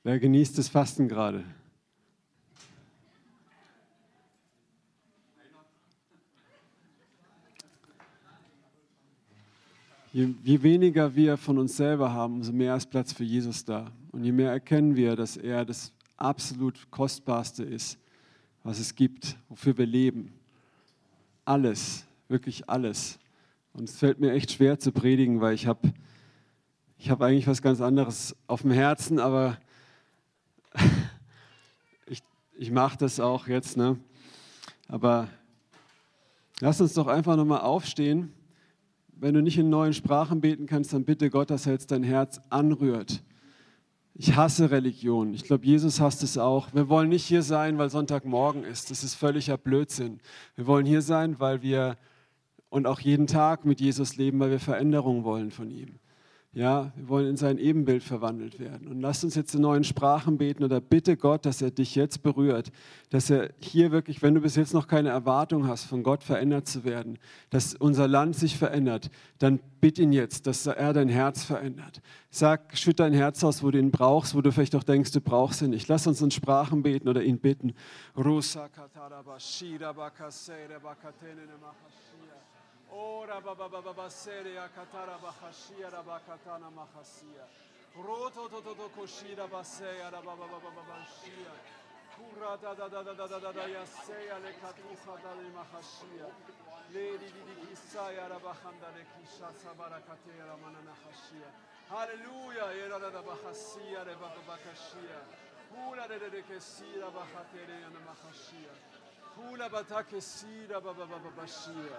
Wer genießt das Fasten gerade? Je weniger wir von uns selber haben, umso mehr ist Platz für Jesus da. Und je mehr erkennen wir, dass er das absolut Kostbarste ist, was es gibt, wofür wir leben. Alles, wirklich alles. Und es fällt mir echt schwer zu predigen, weil ich habe eigentlich was ganz anderes auf dem Herzen, aber ich mache das auch jetzt. Ne? Aber lass uns doch einfach nochmal aufstehen. Wenn du nicht in neuen Sprachen beten kannst, dann bitte Gott, dass er jetzt dein Herz anrührt. Ich hasse Religion. Ich glaube, Jesus hasst es auch. Wir wollen nicht hier sein, weil Sonntagmorgen ist. Das ist völliger Blödsinn. Wir wollen hier sein, weil wir und auch jeden Tag mit Jesus leben, weil wir Veränderung wollen von ihm. Ja, wir wollen in sein Ebenbild verwandelt werden. Und lasst uns jetzt in neuen Sprachen beten oder bitte Gott, dass er dich jetzt berührt, dass er hier wirklich, wenn du bis jetzt noch keine Erwartung hast, von Gott verändert zu werden, dass unser Land sich verändert, dann bitte ihn jetzt, dass er dein Herz verändert. Schütt dein Herz aus, wo du ihn brauchst, wo du vielleicht auch denkst, du brauchst ihn nicht. Lass uns in Sprachen beten oder ihn bitten. Ora baba baba baseria katara bahashia rabakatana mahasia roto to koshira baseya baba baba bashia kura da yaseya le katuha da le mahashia lady di isaya rabahanda le kisha sabara katera manana hashia hallelujah era da bahasia re baba bakashia kula de kesira bahatere na mahashia kula batake sira baba baba bashia.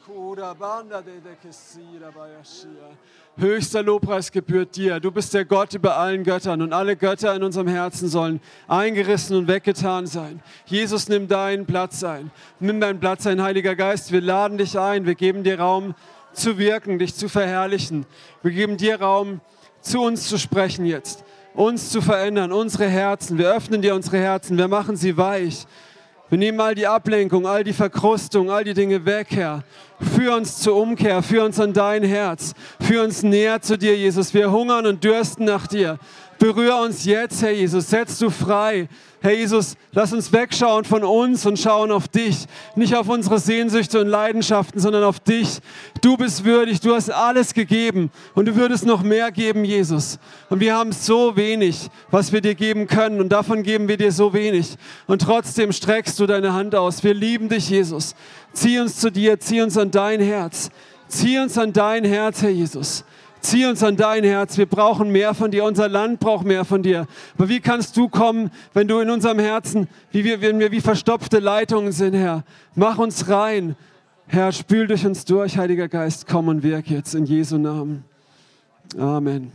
Höchster Lobpreis gebührt dir. Du bist der Gott über allen Göttern und alle Götter in unserem Herzen sollen eingerissen und weggetan sein. Jesus, nimm deinen Platz ein. Nimm deinen Platz ein, Heiliger Geist. Wir laden dich ein. Wir geben dir Raum zu wirken, dich zu verherrlichen. Wir geben dir Raum, zu uns zu sprechen jetzt, uns zu verändern, unsere Herzen. Wir öffnen dir unsere Herzen. Wir machen sie weich. Wir nehmen all die Ablenkung, all die Verkrustung, all die Dinge weg, Herr. Führ uns zur Umkehr, führ uns an dein Herz, führ uns näher zu dir, Jesus. Wir hungern und dürsten nach dir. Berühr uns jetzt, Herr Jesus, setz du frei. Herr Jesus, lass uns wegschauen von uns und schauen auf dich. Nicht auf unsere Sehnsüchte und Leidenschaften, sondern auf dich. Du bist würdig, du hast alles gegeben und du würdest noch mehr geben, Jesus. Und wir haben so wenig, was wir dir geben können und davon geben wir dir so wenig. Und trotzdem streckst du deine Hand aus. Wir lieben dich, Jesus. Zieh uns zu dir, zieh uns an dein Herz. Zieh uns an dein Herz, Herr Jesus. Zieh uns an dein Herz. Wir brauchen mehr von dir. Unser Land braucht mehr von dir. Aber wie kannst du kommen, wenn du in unserem Herzen, wenn wir wie verstopfte Leitungen sind, Herr? Mach uns rein. Herr, spül durch uns durch, Heiliger Geist. Komm und wirk jetzt in Jesu Namen. Amen.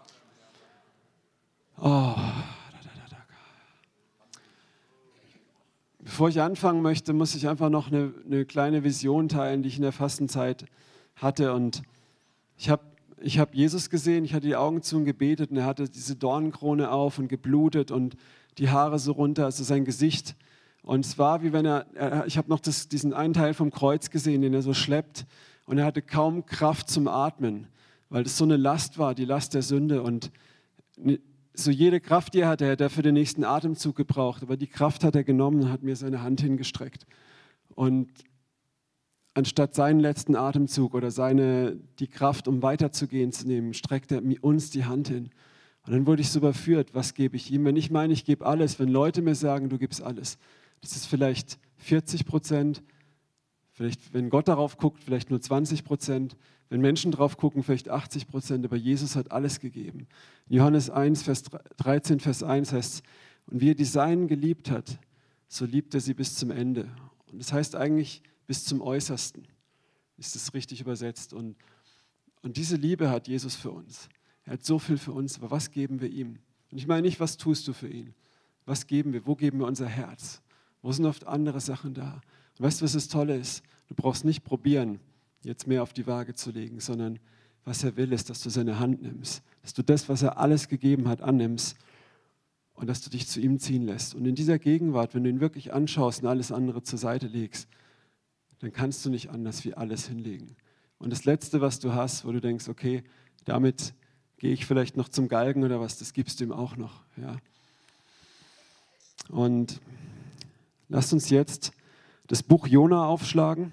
Oh. Bevor ich anfangen möchte, muss ich einfach noch eine kleine Vision teilen, die ich in der Fastenzeit hatte. Und ich habe Jesus gesehen, ich hatte die Augen zu und gebetet und er hatte diese Dornenkrone auf und geblutet und die Haare so runter, also sein Gesicht. Und es war wie wenn ich habe noch diesen einen Teil vom Kreuz gesehen, den er so schleppt und er hatte kaum Kraft zum Atmen, weil das so eine Last war, die Last der Sünde. Und so jede Kraft, die er hatte, hätte er für den nächsten Atemzug gebraucht, aber die Kraft hat er genommen und hat mir seine Hand hingestreckt. Und anstatt seinen letzten Atemzug oder die Kraft, um weiterzugehen, zu nehmen, streckt er uns die Hand hin. Und dann wurde ich so überführt, was gebe ich ihm? Wenn ich meine, ich gebe alles, wenn Leute mir sagen, du gibst alles, das ist vielleicht 40%, vielleicht, wenn Gott darauf guckt, vielleicht nur 20%, wenn Menschen drauf gucken, vielleicht 80%, aber Jesus hat alles gegeben. In Johannes 1, Vers 13, Vers 1 heißt es, und wie er die Seinen geliebt hat, so liebt er sie bis zum Ende. Und das heißt eigentlich, bis zum Äußersten, ist es richtig übersetzt. Und diese Liebe hat Jesus für uns. Er hat so viel für uns, aber was geben wir ihm? Und ich meine nicht, was tust du für ihn? Was geben wir? Wo geben wir unser Herz? Wo sind oft andere Sachen da? Und weißt du, was das Tolle ist? Du brauchst nicht probieren, jetzt mehr auf die Waage zu legen, sondern was er will, ist, dass du seine Hand nimmst, dass du das, was er alles gegeben hat, annimmst und dass du dich zu ihm ziehen lässt. Und in dieser Gegenwart, wenn du ihn wirklich anschaust und alles andere zur Seite legst, dann kannst du nicht anders wie alles hinlegen. Und das Letzte, was du hast, wo du denkst, okay, damit gehe ich vielleicht noch zum Galgen oder was, das gibst du ihm auch noch. Ja? Und lasst uns jetzt das Buch Jona aufschlagen.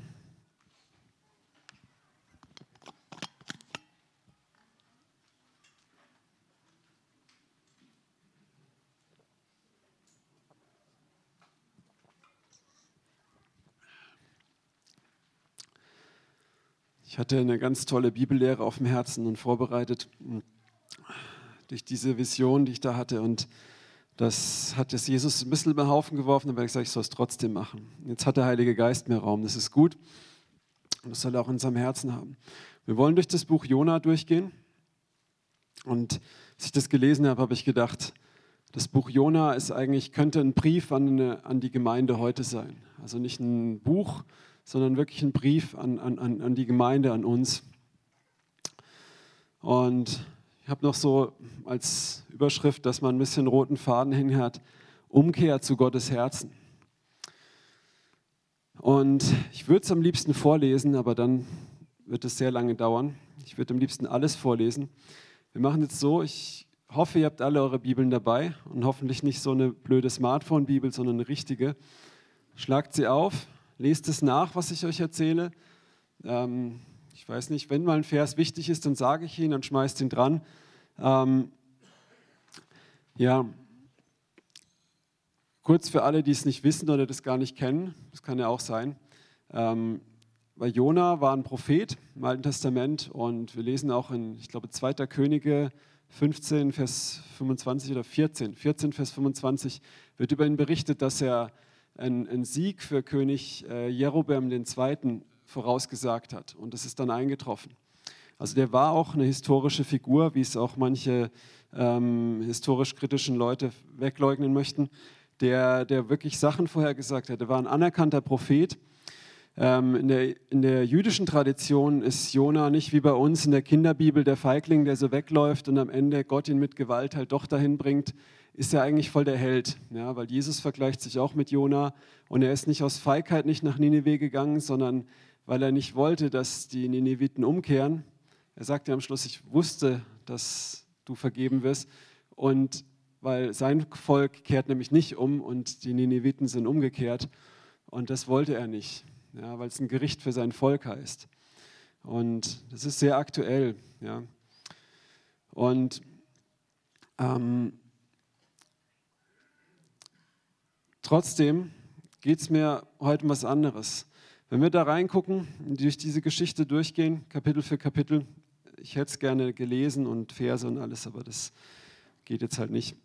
Ich hatte eine ganz tolle Bibellehre auf dem Herzen und vorbereitet durch diese Vision, die ich da hatte. Und das hat jetzt Jesus ein bisschen über den Haufen geworfen, aber ich sage, ich soll es trotzdem machen. Jetzt hat der Heilige Geist mehr Raum, das ist gut. Und das soll er auch in unserem Herzen haben. Wir wollen durch das Buch Jona durchgehen. Und als ich das gelesen habe, habe ich gedacht, das Buch Jona ist eigentlich, könnte ein Brief an die Gemeinde heute sein. Also nicht ein Buch, sondern wirklich ein Brief an die Gemeinde, an uns. Und ich habe noch so als Überschrift, dass man ein bisschen roten Faden hinhört, Umkehr zu Gottes Herzen. Und ich würde es am liebsten vorlesen, aber dann wird es sehr lange dauern. Ich würde am liebsten alles vorlesen. Wir machen jetzt so, ich hoffe, ihr habt alle eure Bibeln dabei und hoffentlich nicht so eine blöde Smartphone-Bibel, sondern eine richtige. Schlagt sie auf. Lest es nach, was ich euch erzähle. Ich weiß nicht, wenn mal ein Vers wichtig ist, dann sage ich ihn, dann schmeißt ihn dran. Kurz für alle, die es nicht wissen oder das gar nicht kennen, das kann ja auch sein. Weil Jona war ein Prophet im Alten Testament und wir lesen auch in, ich glaube, 2. Könige 15, Vers 25 oder 14, Vers 25 wird über ihn berichtet, dass er einen Sieg für König Jerobeam II. Vorausgesagt hat. Und das ist dann eingetroffen. Also der war auch eine historische Figur, wie es auch manche historisch kritischen Leute wegleugnen möchten, der wirklich Sachen vorhergesagt hat. Er war ein anerkannter Prophet. In der jüdischen Tradition ist Jona nicht wie bei uns in der Kinderbibel der Feigling, der so wegläuft und am Ende Gott ihn mit Gewalt halt doch dahin bringt, ist er eigentlich voll der Held, ja, weil Jesus vergleicht sich auch mit Jona und er ist nicht aus Feigheit nicht nach Ninive gegangen, sondern weil er nicht wollte, dass die Nineviten umkehren. Er sagte am Schluss, ich wusste, dass du vergeben wirst und weil sein Volk kehrt nämlich nicht um und die Nineviten sind umgekehrt und das wollte er nicht, ja, weil es ein Gericht für sein Volk heißt. Und das ist sehr aktuell. Ja. Und trotzdem geht es mir heute um was anderes. Wenn wir da reingucken, durch diese Geschichte durchgehen, Kapitel für Kapitel, ich hätte es gerne gelesen und Verse und alles, aber das geht jetzt halt nicht.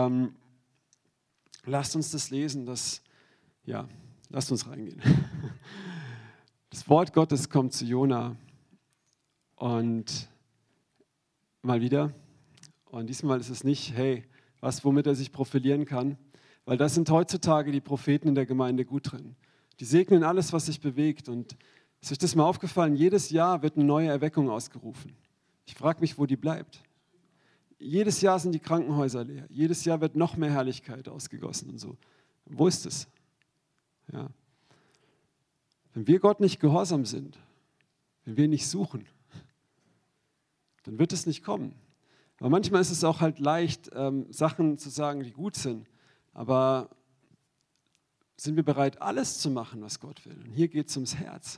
Lasst uns das lesen, lasst uns reingehen. Das Wort Gottes kommt zu Jona und mal wieder. Und diesmal ist es nicht, hey, womit er sich profilieren kann, weil das sind heutzutage die Propheten in der Gemeinde gut drin. Die segnen alles, was sich bewegt. Und ist euch das mal aufgefallen? Jedes Jahr wird eine neue Erweckung ausgerufen. Ich frage mich, wo die bleibt. Jedes Jahr sind die Krankenhäuser leer. Jedes Jahr wird noch mehr Herrlichkeit ausgegossen und so. Wo ist es? Ja. Wenn wir Gott nicht gehorsam sind, wenn wir ihn nicht suchen, dann wird es nicht kommen. Aber manchmal ist es auch halt leicht, Sachen zu sagen, die gut sind. Aber sind wir bereit, alles zu machen, was Gott will? Und hier geht es ums Herz.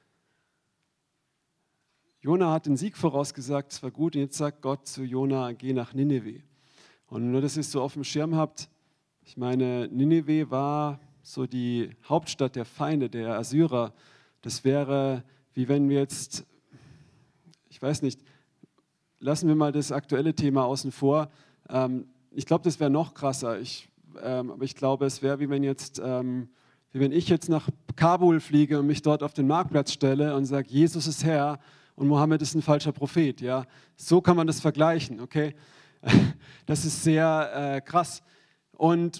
Jona hat den Sieg vorausgesagt, es war gut. Und jetzt sagt Gott zu Jona, geh nach Ninive. Und nur, dass ihr es so auf dem Schirm habt, ich meine, Ninive war so die Hauptstadt der Feinde, der Assyrer. Das wäre, wie wenn wir jetzt, ich weiß nicht, lassen wir mal das aktuelle Thema außen vor. Ich glaube, das wäre noch krasser. Aber ich glaube, es wäre, wie wenn ich jetzt nach Kabul fliege und mich dort auf den Marktplatz stelle und sage, Jesus ist Herr und Mohammed ist ein falscher Prophet. Ja? So kann man das vergleichen, okay? Das ist sehr krass. Und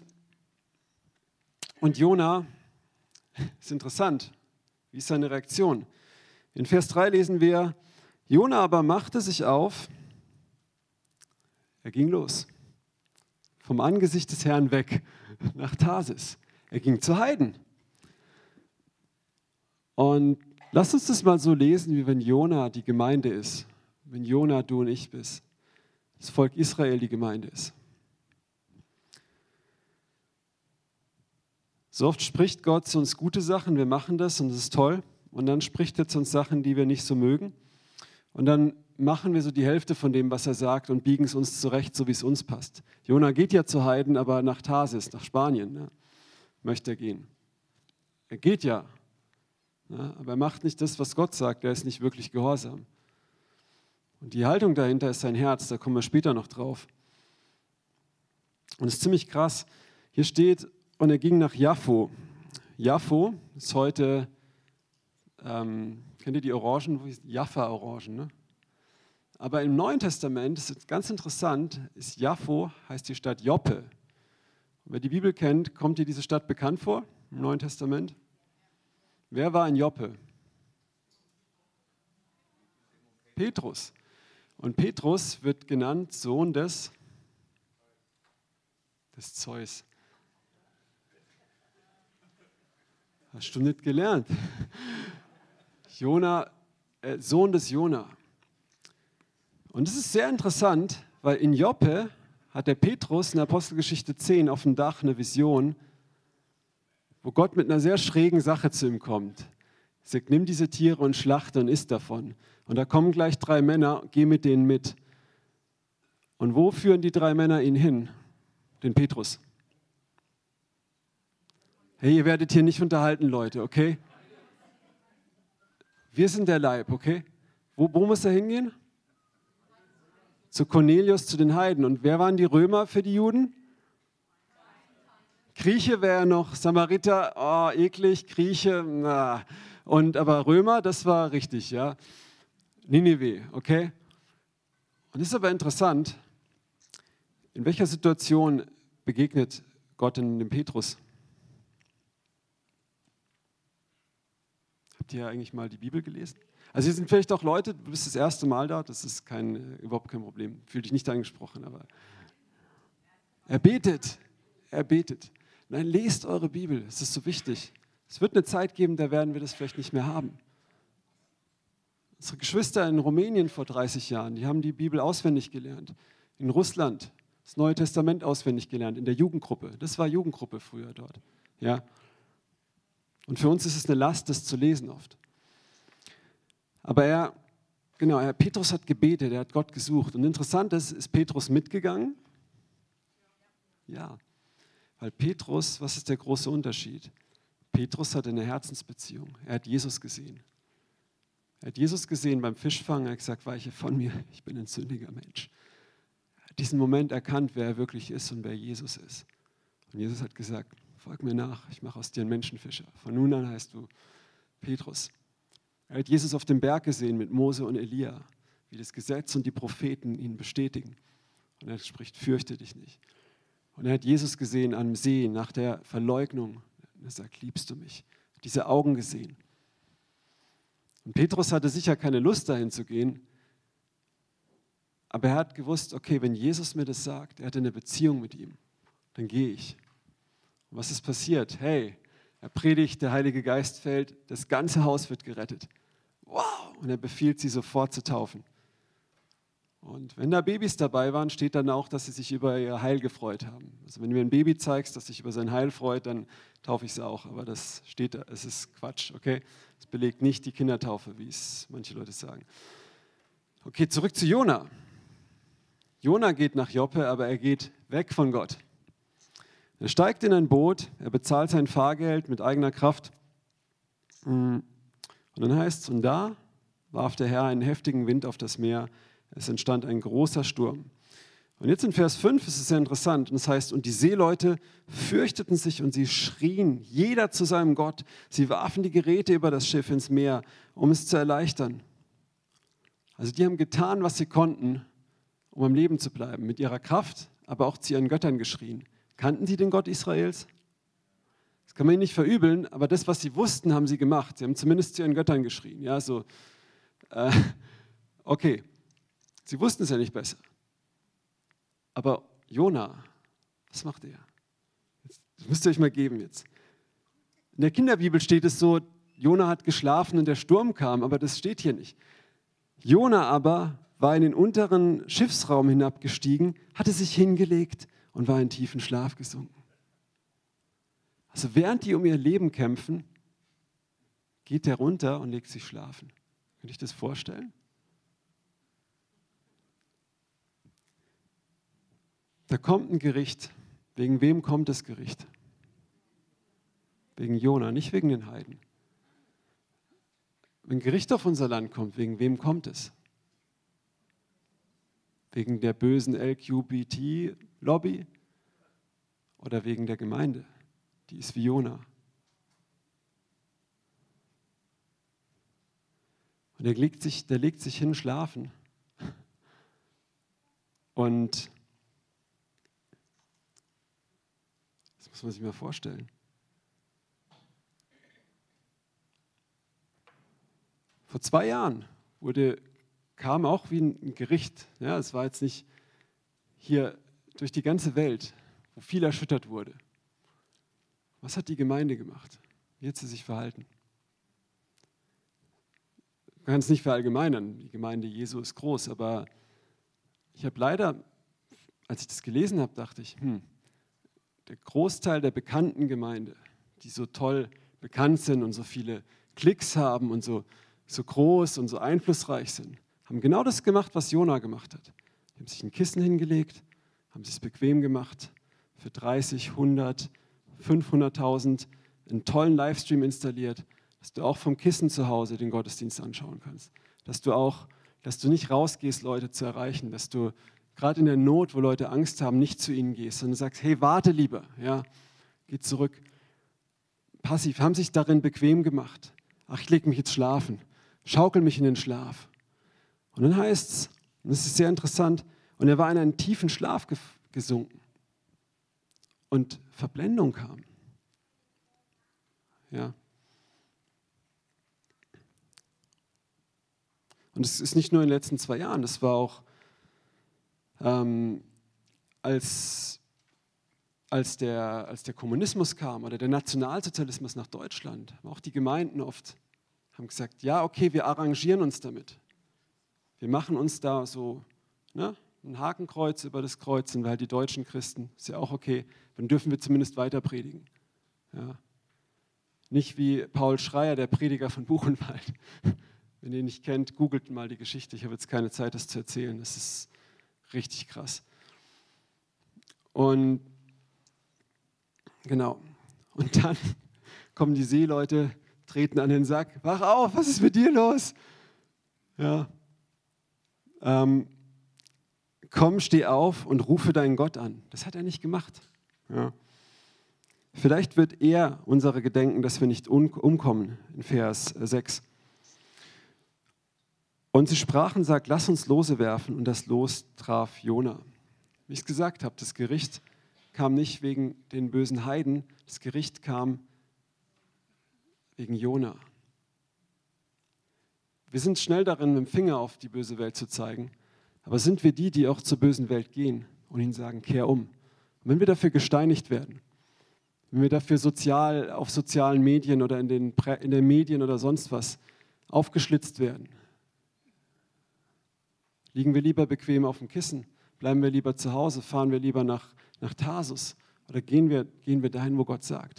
Jona, ist interessant, wie ist seine Reaktion? In Vers 3 lesen wir, Jona aber machte sich auf, er ging los, vom Angesicht des Herrn weg, nach Tarsis. Er ging zu Heiden. Und lasst uns das mal so lesen, wie wenn Jona die Gemeinde ist, wenn Jona du und ich bist, das Volk Israel die Gemeinde ist. So oft spricht Gott zu uns gute Sachen, wir machen das und das ist toll. Und dann spricht er zu uns Sachen, die wir nicht so mögen. Und dann machen wir so die Hälfte von dem, was er sagt und biegen es uns zurecht, so wie es uns passt. Jona geht ja zu Heiden, aber nach Tarsis, nach Spanien, ne, möchte er gehen. Er geht ja, ne, aber er macht nicht das, was Gott sagt. Er ist nicht wirklich gehorsam. Und die Haltung dahinter ist sein Herz, da kommen wir später noch drauf. Und es ist ziemlich krass. Hier steht, und er ging nach Jaffo. Jaffo ist heute, kennt ihr die Orangen? Jaffa-Orangen, ne? Aber im Neuen Testament, das ist ganz interessant, ist Jaffo, heißt die Stadt Joppe. Und wer die Bibel kennt, kommt dir diese Stadt bekannt vor im Neuen Testament? Wer war in Joppe? Petrus. Und Petrus wird genannt Sohn des Zeus. Hast du nicht gelernt? Jona, Sohn des Jona. Und es ist sehr interessant, weil in Joppe hat der Petrus in Apostelgeschichte 10 auf dem Dach eine Vision, wo Gott mit einer sehr schrägen Sache zu ihm kommt. Er sagt, nimm diese Tiere und schlachte und iss davon. Und da kommen gleich 3 Männer, geh mit denen mit. Und wo führen die 3 Männer ihn hin? Den Petrus. Hey, ihr werdet hier nicht unterhalten, Leute, okay? Wir sind der Leib, okay? Wo muss er hingehen? Zu Cornelius, zu den Heiden. Und wer waren die Römer für die Juden? Grieche wäre noch, Samariter, oh, eklig, Grieche, na. Aber Römer, das war richtig, ja. Ninive, okay? Und es ist aber interessant, in welcher Situation begegnet Gott in dem Petrus? Habt ihr eigentlich mal die Bibel gelesen? Also hier sind vielleicht auch Leute, du bist das erste Mal da, das ist überhaupt kein Problem. Fühl dich nicht angesprochen, aber er betet. Nein, lest eure Bibel, es ist so wichtig. Es wird eine Zeit geben, da werden wir das vielleicht nicht mehr haben. Unsere Geschwister in Rumänien vor 30 Jahren, die haben die Bibel auswendig gelernt. In Russland das Neue Testament auswendig gelernt, in der Jugendgruppe. Das war Jugendgruppe früher dort. Ja. Und für uns ist es eine Last, das zu lesen oft. Aber Petrus hat gebetet, er hat Gott gesucht. Und interessant ist Petrus mitgegangen? Ja. Weil Petrus, was ist der große Unterschied? Petrus hatte eine Herzensbeziehung. Er hat Jesus gesehen. Er hat Jesus gesehen beim Fischfangen. Er hat gesagt, weiche von mir, ich bin ein sündiger Mensch. Er hat diesen Moment erkannt, wer er wirklich ist und wer Jesus ist. Und Jesus hat gesagt, folg mir nach, ich mache aus dir einen Menschenfischer. Von nun an heißt du Petrus. Er hat Jesus auf dem Berg gesehen mit Mose und Elia, wie das Gesetz und die Propheten ihn bestätigen. Und er spricht, fürchte dich nicht. Und er hat Jesus gesehen am See nach der Verleugnung. Er sagt, liebst du mich? Diese Augen gesehen. Und Petrus hatte sicher keine Lust, dahin zu gehen. Aber er hat gewusst, okay, wenn Jesus mir das sagt, er hatte eine Beziehung mit ihm, dann gehe ich. Und was ist passiert? Hey, er predigt, der Heilige Geist fällt, das ganze Haus wird gerettet. Wow! Und er befiehlt sie sofort zu taufen. Und wenn da Babys dabei waren, steht dann auch, dass sie sich über ihr Heil gefreut haben. Also wenn du mir ein Baby zeigst, das sich über sein Heil freut, dann taufe ich es auch. Aber das steht da, es ist Quatsch, okay? Das belegt nicht die Kindertaufe, wie es manche Leute sagen. Okay, zurück zu Jona. Jona geht nach Joppe, aber er geht weg von Gott. Er steigt in ein Boot, er bezahlt sein Fahrgeld mit eigener Kraft. Und dann heißt es, und da warf der Herr einen heftigen Wind auf das Meer. Es entstand ein großer Sturm. Und jetzt in Vers 5 ist es sehr interessant. Und es heißt, und die Seeleute fürchteten sich und sie schrien, jeder zu seinem Gott. Sie warfen die Geräte über das Schiff ins Meer, um es zu erleichtern. Also die haben getan, was sie konnten, um am Leben zu bleiben. Mit ihrer Kraft, aber auch zu ihren Göttern geschrien. Kannten sie den Gott Israels? Das kann man ihnen nicht verübeln, aber das, was sie wussten, haben sie gemacht. Sie haben zumindest zu ihren Göttern geschrien. Ja, so, okay. Sie wussten es ja nicht besser. Aber Jona, was macht er? Das müsst ihr euch mal geben jetzt. In der Kinderbibel steht es so, Jona hat geschlafen und der Sturm kam, aber das steht hier nicht. Jona aber war in den unteren Schiffsraum hinabgestiegen, hatte sich hingelegt und war in tiefen Schlaf gesunken. Also während die um ihr Leben kämpfen, geht der runter und legt sich schlafen. Könnt ihr euch das vorstellen? Da kommt ein Gericht. Wegen wem kommt das Gericht? Wegen Jona, nicht wegen den Heiden. Wenn Gericht auf unser Land kommt, wegen wem kommt es? Wegen der bösen LGBT-Lobby oder wegen der Gemeinde? Die ist wie Jona. Und der legt sich hin schlafen. Und das muss man sich mal vorstellen. Vor 2 Jahren kam auch wie ein Gericht. Ja, es war jetzt nicht hier durch die ganze Welt, wo viel erschüttert wurde. Was hat die Gemeinde gemacht? Wie hat sie sich verhalten? Man kann es nicht verallgemeinern. Die Gemeinde Jesu ist groß, aber ich habe leider, als ich das gelesen habe, dachte ich, der Großteil der bekannten Gemeinde, die so toll bekannt sind und so viele Klicks haben und so groß und so einflussreich sind, haben genau das gemacht, was Jona gemacht hat. Die haben sich ein Kissen hingelegt, haben es sich bequem gemacht, für 30, 100, 500.000 einen tollen Livestream installiert, dass du auch vom Kissen zu Hause den Gottesdienst anschauen kannst. Dass du nicht rausgehst, Leute zu erreichen, dass du gerade in der Not, wo Leute Angst haben, nicht zu ihnen gehst, sondern sagst, hey, warte lieber, ja, geh zurück. Passiv, haben sich darin bequem gemacht. Ach, ich lege mich jetzt schlafen, schaukel mich in den Schlaf. Und dann heißt es, und das ist sehr interessant, und er war in einen tiefen Schlaf gesunken und Verblendung kam. Ja. Und es ist nicht nur in den letzten 2 Jahren, das war auch, als der Kommunismus kam oder der Nationalsozialismus nach Deutschland, haben auch die Gemeinden oft haben gesagt, ja, okay, wir arrangieren uns damit. Wir machen uns da so ein Hakenkreuz über das Kreuz, sind wir halt die deutschen Christen, ist ja auch okay, dann dürfen wir zumindest weiter predigen. Ja. Nicht wie Paul Schreier, der Prediger von Buchenwald. Wenn ihr ihn nicht kennt, googelt mal die Geschichte. Ich habe jetzt keine Zeit, das zu erzählen. Das ist richtig krass. Und genau. Und dann kommen die Seeleute, treten an den Sack. Wach auf, was ist mit dir los? Ja. Komm, steh auf und rufe deinen Gott an. Das hat er nicht gemacht. Ja. Vielleicht wird er unsere gedenken, dass wir nicht umkommen, in Vers 6. Und sie sprachen, sagt, lass uns Lose werfen. Und das Los traf Jona. Wie ich es gesagt habe, das Gericht kam nicht wegen den bösen Heiden, das Gericht kam wegen Jona. Wir sind schnell darin, mit dem Finger auf die böse Welt zu zeigen. Aber sind wir die auch zur bösen Welt gehen und ihnen sagen, kehr um? Und wenn wir dafür gesteinigt werden, wenn wir dafür auf sozialen Medien oder in den Medien oder sonst was aufgeschlitzt werden, liegen wir lieber bequem auf dem Kissen, bleiben wir lieber zu Hause, fahren wir lieber nach Tarsus oder gehen wir dahin, wo Gott sagt.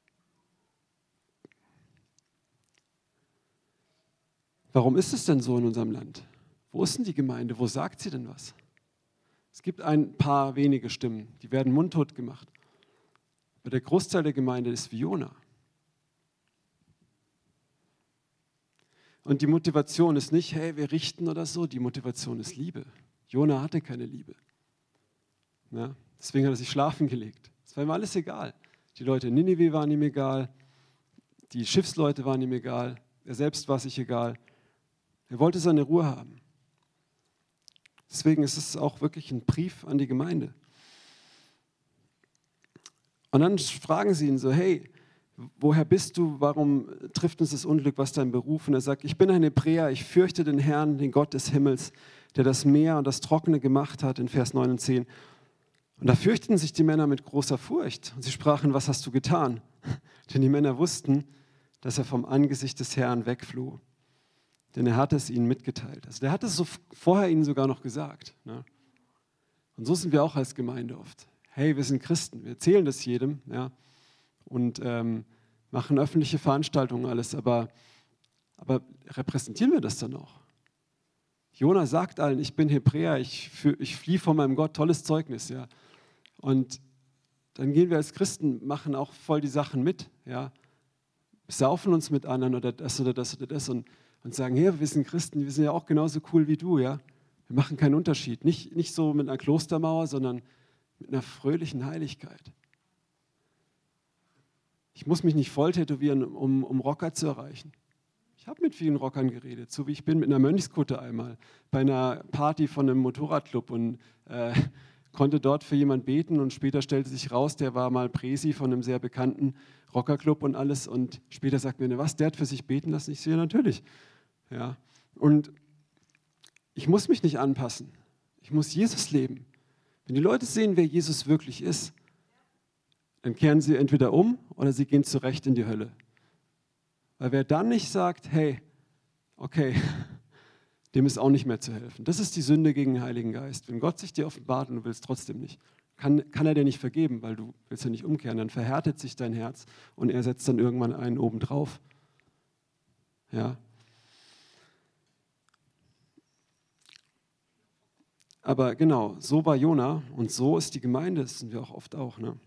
Warum ist es denn so in unserem Land? Wo ist denn die Gemeinde? Wo sagt sie denn was? Es gibt ein paar wenige Stimmen, die werden mundtot gemacht. Aber der Großteil der Gemeinde ist wie Jona. Und die Motivation ist nicht, hey, wir richten oder so. Die Motivation ist Liebe. Jona hatte keine Liebe. Ja, deswegen hat er sich schlafen gelegt. Es war ihm alles egal. Die Leute in Ninive waren ihm egal. Die Schiffsleute waren ihm egal. Er selbst war sich egal. Er wollte seine Ruhe haben. Deswegen ist es auch wirklich ein Brief an die Gemeinde. Und dann fragen sie ihn so, hey, woher bist du, warum trifft uns das Unglück, was ist dein Beruf? Und er sagt, ich bin ein Hebräer, ich fürchte den Herrn, den Gott des Himmels, der das Meer und das Trockene gemacht hat, in Vers 9 und 10. Und da fürchteten sich die Männer mit großer Furcht. Und sie sprachen, was hast du getan? Denn die Männer wussten, dass er vom Angesicht des Herrn wegfloh. Denn er hatte es ihnen mitgeteilt. Also der hat es so vorher ihnen sogar noch gesagt. Ne? Und so sind wir auch als Gemeinde oft. Hey, wir sind Christen, wir erzählen das jedem. Ja? und machen öffentliche Veranstaltungen, alles, aber repräsentieren wir das dann auch? Jona sagt allen, ich bin Hebräer, ich fliehe vor meinem Gott, tolles Zeugnis, ja. Und dann gehen wir als Christen, machen auch voll die Sachen mit, ja. Saufen uns mit anderen oder das oder das oder das und sagen, hey, wir sind Christen, wir sind ja auch genauso cool wie du, ja. Wir machen keinen Unterschied, nicht so mit einer Klostermauer, sondern mit einer fröhlichen Heiligkeit. Ich muss mich nicht voll tätowieren, um Rocker zu erreichen. Ich habe mit vielen Rockern geredet, so wie ich bin, mit einer Mönchskutte einmal, bei einer Party von einem Motorradclub und konnte dort für jemanden beten und später stellte sich raus, der war mal Presi von einem sehr bekannten Rockerclub und alles und später sagt mir, was, der hat für sich beten lassen? Ich sehe, ja, natürlich. Ja. Und ich muss mich nicht anpassen, ich muss Jesus leben. Wenn die Leute sehen, wer Jesus wirklich ist, dann kehren sie entweder um oder sie gehen zurecht in die Hölle. Weil wer dann nicht sagt, hey, okay, dem ist auch nicht mehr zu helfen. Das ist die Sünde gegen den Heiligen Geist. Wenn Gott sich dir offenbart und du willst trotzdem nicht, kann er dir nicht vergeben, weil du willst ja nicht umkehren. Dann verhärtet sich dein Herz und er setzt dann irgendwann einen obendrauf. Ja. Aber genau, so war Jona und so ist die Gemeinde, das sind wir auch oft auch. Ne?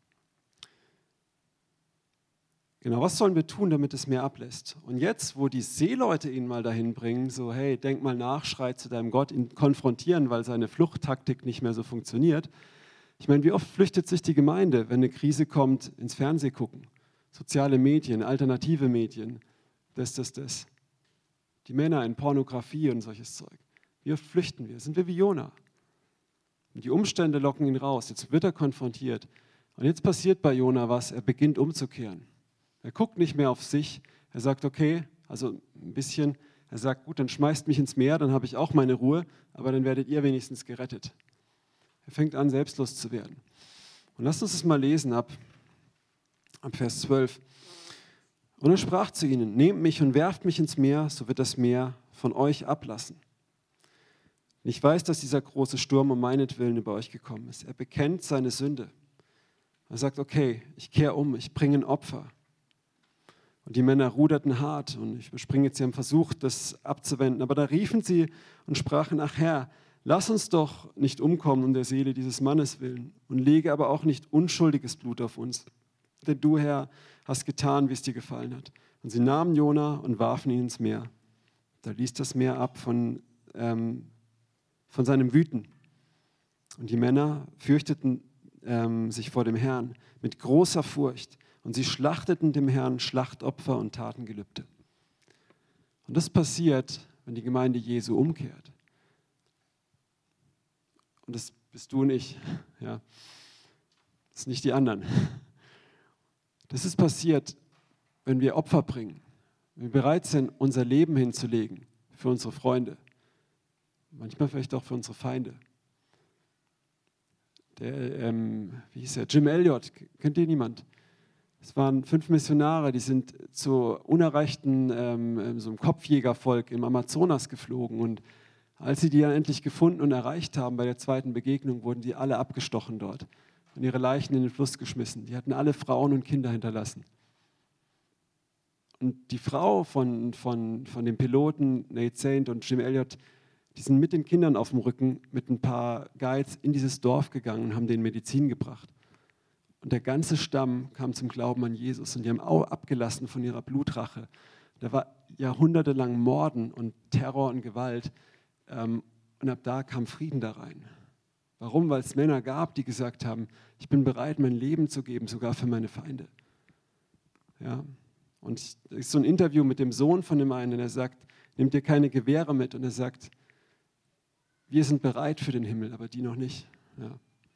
Genau, was sollen wir tun, damit es mehr ablässt? Und jetzt, wo die Seeleute ihn mal dahin bringen, so hey, denk mal nach, schrei zu deinem Gott, ihn konfrontieren, weil seine Fluchttaktik nicht mehr so funktioniert. Ich meine, wie oft flüchtet sich die Gemeinde, wenn eine Krise kommt, ins Fernsehen gucken? Soziale Medien, alternative Medien, das. Die Männer in Pornografie und solches Zeug. Wie oft flüchten wir? Sind wir wie Jona? Und die Umstände locken ihn raus. Jetzt wird er konfrontiert. Und jetzt passiert bei Jona was. Er beginnt umzukehren. Er guckt nicht mehr auf sich. Er sagt, okay, also ein bisschen. Er sagt, gut, dann schmeißt mich ins Meer, dann habe ich auch meine Ruhe, aber dann werdet ihr wenigstens gerettet. Er fängt an, selbstlos zu werden. Und lasst uns das mal lesen ab Vers 12. Und er sprach zu ihnen, nehmt mich und werft mich ins Meer, so wird das Meer von euch ablassen. Und ich weiß, dass dieser große Sturm um meinetwillen über euch gekommen ist. Er bekennt seine Sünde. Er sagt, okay, ich kehre um, ich bringe ein Opfer. Und die Männer ruderten hart und ich überspringe jetzt, sie haben versucht, das abzuwenden. Aber da riefen sie und sprachen, ach Herr, lass uns doch nicht umkommen um der Seele dieses Mannes willen und lege aber auch nicht unschuldiges Blut auf uns. Denn du, Herr, hast getan, wie es dir gefallen hat. Und sie nahmen Jona und warfen ihn ins Meer. Da ließ das Meer ab von seinem Wüten. Und die Männer fürchteten sich vor dem Herrn mit großer Furcht. Und sie schlachteten dem Herrn Schlachtopfer und taten Gelübde. Und das passiert, wenn die Gemeinde Jesu umkehrt. Und das bist du und ich. Ja. Das sind nicht die anderen. Das ist passiert, wenn wir Opfer bringen. Wenn wir bereit sind, unser Leben hinzulegen für unsere Freunde. Manchmal vielleicht auch für unsere Feinde. Wie hieß er? Jim Elliot, kennt ihr niemand? Es waren 5 Missionare, die sind zu unerreichten so einem Kopfjägervolk im Amazonas geflogen. Und als sie die dann endlich gefunden und erreicht haben bei der zweiten Begegnung, wurden die alle abgestochen dort und ihre Leichen in den Fluss geschmissen. Die hatten alle Frauen und Kinder hinterlassen. Und die Frau von den Piloten, Nate Saint und Jim Elliot, die sind mit den Kindern auf dem Rücken mit ein paar Guides in dieses Dorf gegangen und haben denen Medizin gebracht. Und der ganze Stamm kam zum Glauben an Jesus und die haben auch abgelassen von ihrer Blutrache. Da war jahrhundertelang Morden und Terror und Gewalt und ab da kam Frieden da rein. Warum? Weil es Männer gab, die gesagt haben, ich bin bereit, mein Leben zu geben, sogar für meine Feinde. Ja. Und es ist so ein Interview mit dem Sohn von dem einen, und er sagt, nehmt ihr keine Gewehre mit? Und er sagt, wir sind bereit für den Himmel, aber die noch nicht. Ja.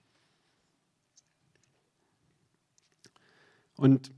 Und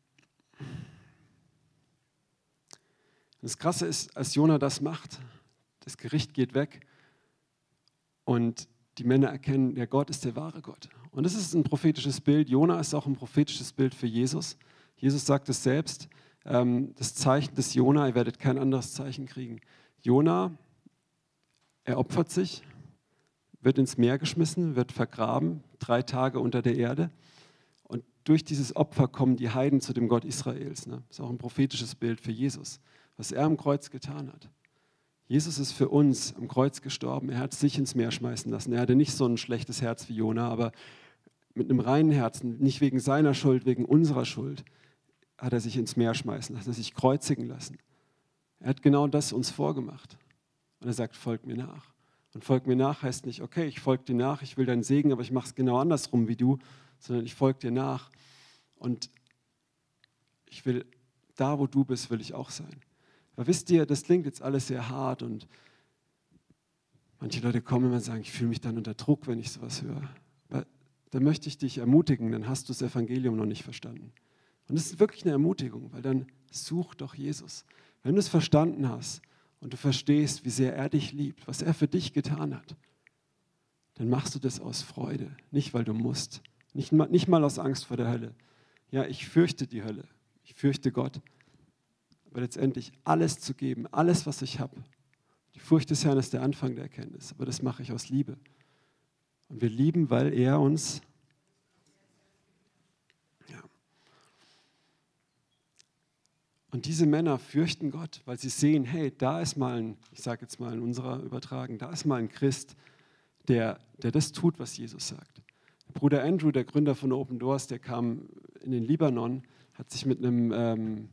das Krasse ist, als Jona das macht, das Gericht geht weg und die Männer erkennen, der Gott ist der wahre Gott. Und das ist ein prophetisches Bild. Jona ist auch ein prophetisches Bild für Jesus. Jesus sagt es selbst, das Zeichen des Jona, ihr werdet kein anderes Zeichen kriegen. Jona, er opfert sich, wird ins Meer geschmissen, wird vergraben, 3 Tage unter der Erde. Und durch dieses Opfer kommen die Heiden zu dem Gott Israels. Ne? Das ist auch ein prophetisches Bild für Jesus, was er am Kreuz getan hat. Jesus ist für uns am Kreuz gestorben. Er hat sich ins Meer schmeißen lassen. Er hatte nicht so ein schlechtes Herz wie Jona, aber mit einem reinen Herzen, nicht wegen seiner Schuld, wegen unserer Schuld, hat er sich ins Meer schmeißen lassen, hat sich kreuzigen lassen. Er hat genau das uns vorgemacht. Und er sagt, folg mir nach. Und folg mir nach heißt nicht, okay, ich folge dir nach, ich will deinen Segen, aber ich mache es genau andersrum wie du, sondern ich folge dir nach. Und ich will, da wo du bist, will ich auch sein. Aber wisst ihr, das klingt jetzt alles sehr hart und manche Leute kommen immer und sagen, ich fühle mich dann unter Druck, wenn ich sowas höre. Aber dann möchte ich dich ermutigen, dann hast du das Evangelium noch nicht verstanden. Und das ist wirklich eine Ermutigung, weil dann such doch Jesus. Wenn du es verstanden hast und du verstehst, wie sehr er dich liebt, was er für dich getan hat, dann machst du das aus Freude, nicht weil du musst, nicht mal aus Angst vor der Hölle. Ja, ich fürchte die Hölle, ich fürchte Gott. Aber letztendlich alles zu geben, alles, was ich habe. Die Furcht des Herrn ist der Anfang der Erkenntnis, aber das mache ich aus Liebe. Und wir lieben, weil er uns... Ja. Und diese Männer fürchten Gott, weil sie sehen, hey, da ist mal ein, ich sage jetzt mal in unserer Übertragung, da ist mal ein Christ, der das tut, was Jesus sagt. Bruder Andrew, der Gründer von Open Doors, der kam in den Libanon, hat sich mit einem...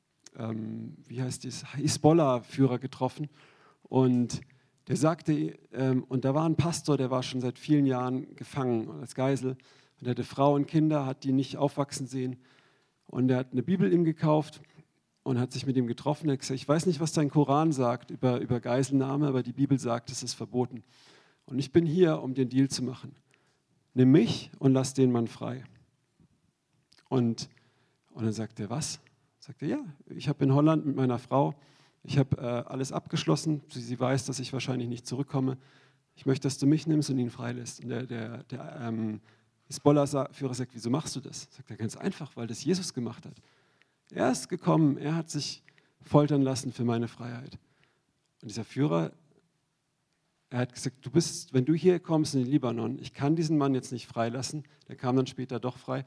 Hisbollah-Führer getroffen und der sagte, und da war ein Pastor, der war schon seit vielen Jahren gefangen als Geisel und er hatte Frau und Kinder, hat die nicht aufwachsen sehen und er hat eine Bibel ihm gekauft und hat sich mit ihm getroffen. Er hat gesagt, ich weiß nicht, was dein Koran sagt über Geiselnahme, aber die Bibel sagt, es ist verboten. Und ich bin hier, um den Deal zu machen. Nimm mich und lass den Mann frei. Und dann sagt er, was? Sagt er, ja, ich habe in Holland mit meiner Frau, ich habe alles abgeschlossen, sie weiß, dass ich wahrscheinlich nicht zurückkomme. Ich möchte, dass du mich nimmst und ihn freilässt. Und der Hisbollah-Führer sagt, wieso machst du das? Sagt er, ganz einfach, weil das Jesus gemacht hat. Er ist gekommen, er hat sich foltern lassen für meine Freiheit. Und dieser Führer, er hat gesagt, wenn du hier kommst in den Libanon, ich kann diesen Mann jetzt nicht freilassen, der kam dann später doch frei,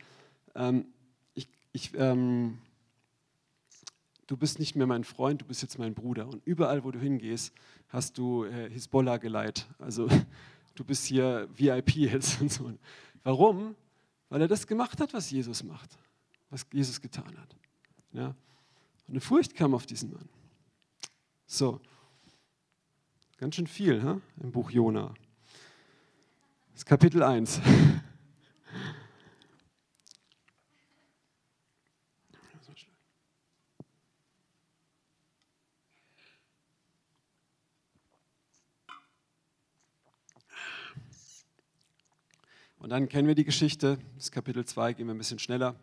du bist nicht mehr mein Freund, du bist jetzt mein Bruder. Und überall, wo du hingehst, hast du Hisbollah geleiht. Also du bist hier VIP jetzt und so. Warum? Weil er das gemacht hat, was Jesus macht, was Jesus getan hat. Ja? Und eine Furcht kam auf diesen Mann. So, ganz schön viel im Buch Jona. Das ist Kapitel 1. Und dann kennen wir die Geschichte, das Kapitel 2, gehen wir ein bisschen schneller.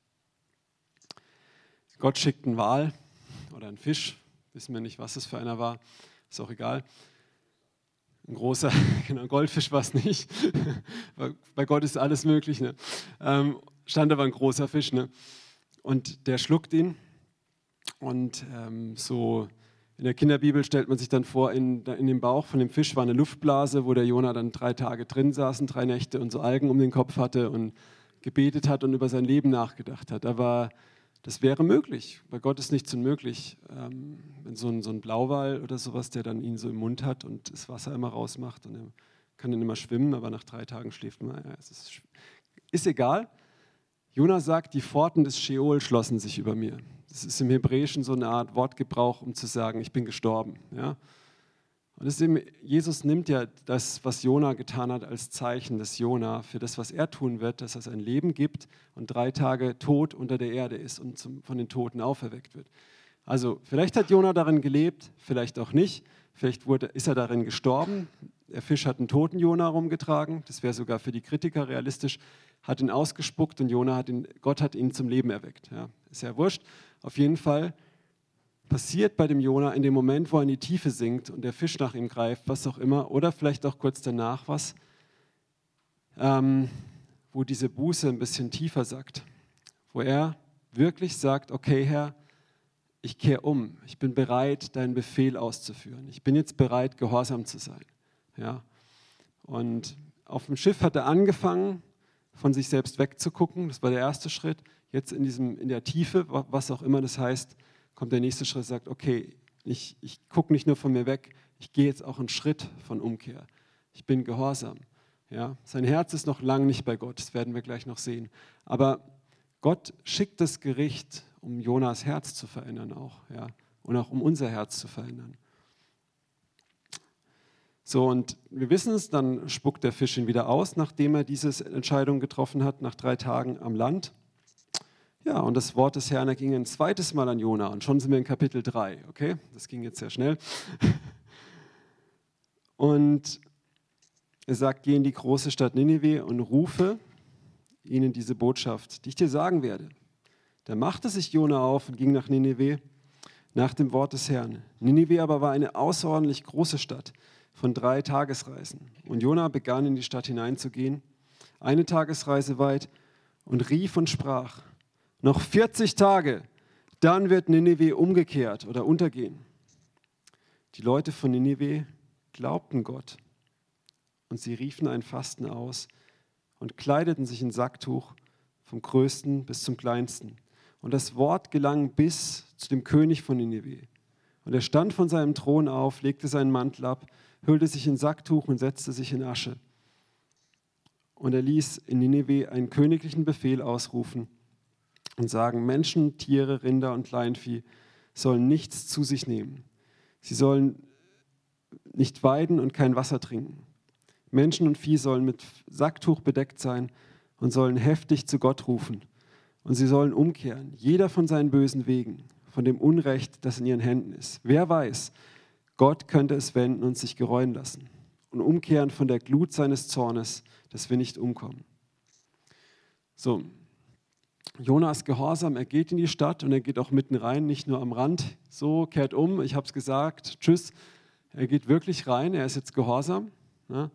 Gott schickt einen Wal oder einen Fisch, wissen wir nicht, was es für einer war, ist auch egal. Ein großer, genau, Goldfisch war es nicht. Bei Gott ist alles möglich. Ne? Stand aber ein großer Fisch. Ne? Und der schluckt ihn. Und so in der Kinderbibel stellt man sich dann vor, in dem Bauch von dem Fisch war eine Luftblase, wo der Jona dann 3 Tage drin saß, 3 Nächte und so Algen um den Kopf hatte und gebetet hat und über sein Leben nachgedacht hat. Aber das wäre möglich. Bei Gott ist nichts unmöglich. Wenn so ein Blauwal oder sowas, der dann ihn so im Mund hat und das Wasser immer rausmacht und er kann dann immer schwimmen, aber nach 3 Tagen schläft man. Ja, es ist egal. Jona sagt, die Pforten des Scheol schlossen sich über mir. Das ist im Hebräischen so eine Art Wortgebrauch, um zu sagen, ich bin gestorben. Ja? Und Jesus nimmt ja das, was Jona getan hat, als Zeichen des Jona für das, was er tun wird, dass er sein Leben gibt und 3 Tage tot unter der Erde ist und von den Toten auferweckt wird. Also vielleicht hat Jona darin gelebt, vielleicht auch nicht. Vielleicht ist er darin gestorben. Der Fisch hat einen toten Jona rumgetragen. Das wäre sogar für die Kritiker realistisch. Hat ihn ausgespuckt und Gott hat ihn zum Leben erweckt. Ja, ist ja wurscht. Auf jeden Fall passiert bei dem Jona in dem Moment, wo er in die Tiefe sinkt und der Fisch nach ihm greift, was auch immer, oder vielleicht auch kurz danach was, wo diese Buße ein bisschen tiefer sackt, wo er wirklich sagt, okay Herr, ich kehre um, ich bin bereit, deinen Befehl auszuführen, ich bin jetzt bereit, gehorsam zu sein. Ja? Und auf dem Schiff hat er angefangen, von sich selbst wegzugucken. Das war der erste Schritt. Jetzt in der Tiefe, was auch immer das heißt, kommt der nächste Schritt, sagt, okay, ich gucke nicht nur von mir weg, ich gehe jetzt auch einen Schritt von Umkehr. Ich bin gehorsam. Ja? Sein Herz ist noch lange nicht bei Gott, das werden wir gleich noch sehen. Aber Gott schickt das Gericht, um Jonas Herz zu verändern auch. Ja? Und auch um unser Herz zu verändern. So, und wir wissen es, dann spuckt der Fisch ihn wieder aus, nachdem er diese Entscheidung getroffen hat, nach 3 Tagen am Land. Ja, und das Wort des Herrn ging ein zweites Mal an Jona und schon sind wir in Kapitel 3, okay? Das ging jetzt sehr schnell. Und er sagt, geh in die große Stadt Ninive und rufe ihnen diese Botschaft, die ich dir sagen werde. Da machte sich Jona auf und ging nach Ninive, nach dem Wort des Herrn. Ninive aber war eine außerordentlich große Stadt von 3 Tagesreisen. Und Jona begann in die Stadt hineinzugehen, 1 Tagesreise weit, und rief und sprach, noch 40 Tage, dann wird Ninive umgekehrt oder untergehen. Die Leute von Ninive glaubten Gott und sie riefen ein Fasten aus und kleideten sich in Sacktuch vom Größten bis zum Kleinsten. Und das Wort gelang bis zu dem König von Ninive. Und er stand von seinem Thron auf, legte seinen Mantel ab, hüllte sich in Sacktuch und setzte sich in Asche. Und er ließ in Ninive einen königlichen Befehl ausrufen und sagen, Menschen, Tiere, Rinder und Kleinvieh sollen nichts zu sich nehmen. Sie sollen nicht weiden und kein Wasser trinken. Menschen und Vieh sollen mit Sacktuch bedeckt sein und sollen heftig zu Gott rufen. Und sie sollen umkehren, jeder von seinen bösen Wegen, von dem Unrecht, das in ihren Händen ist. Wer weiß, Gott könnte es wenden und sich gereuen lassen und umkehren von der Glut seines Zornes, dass wir nicht umkommen. So, Jona ist gehorsam, er geht in die Stadt und er geht auch mitten rein, nicht nur am Rand. So, kehrt um, ich habe es gesagt, tschüss. Er geht wirklich rein, er ist jetzt gehorsam. Ne?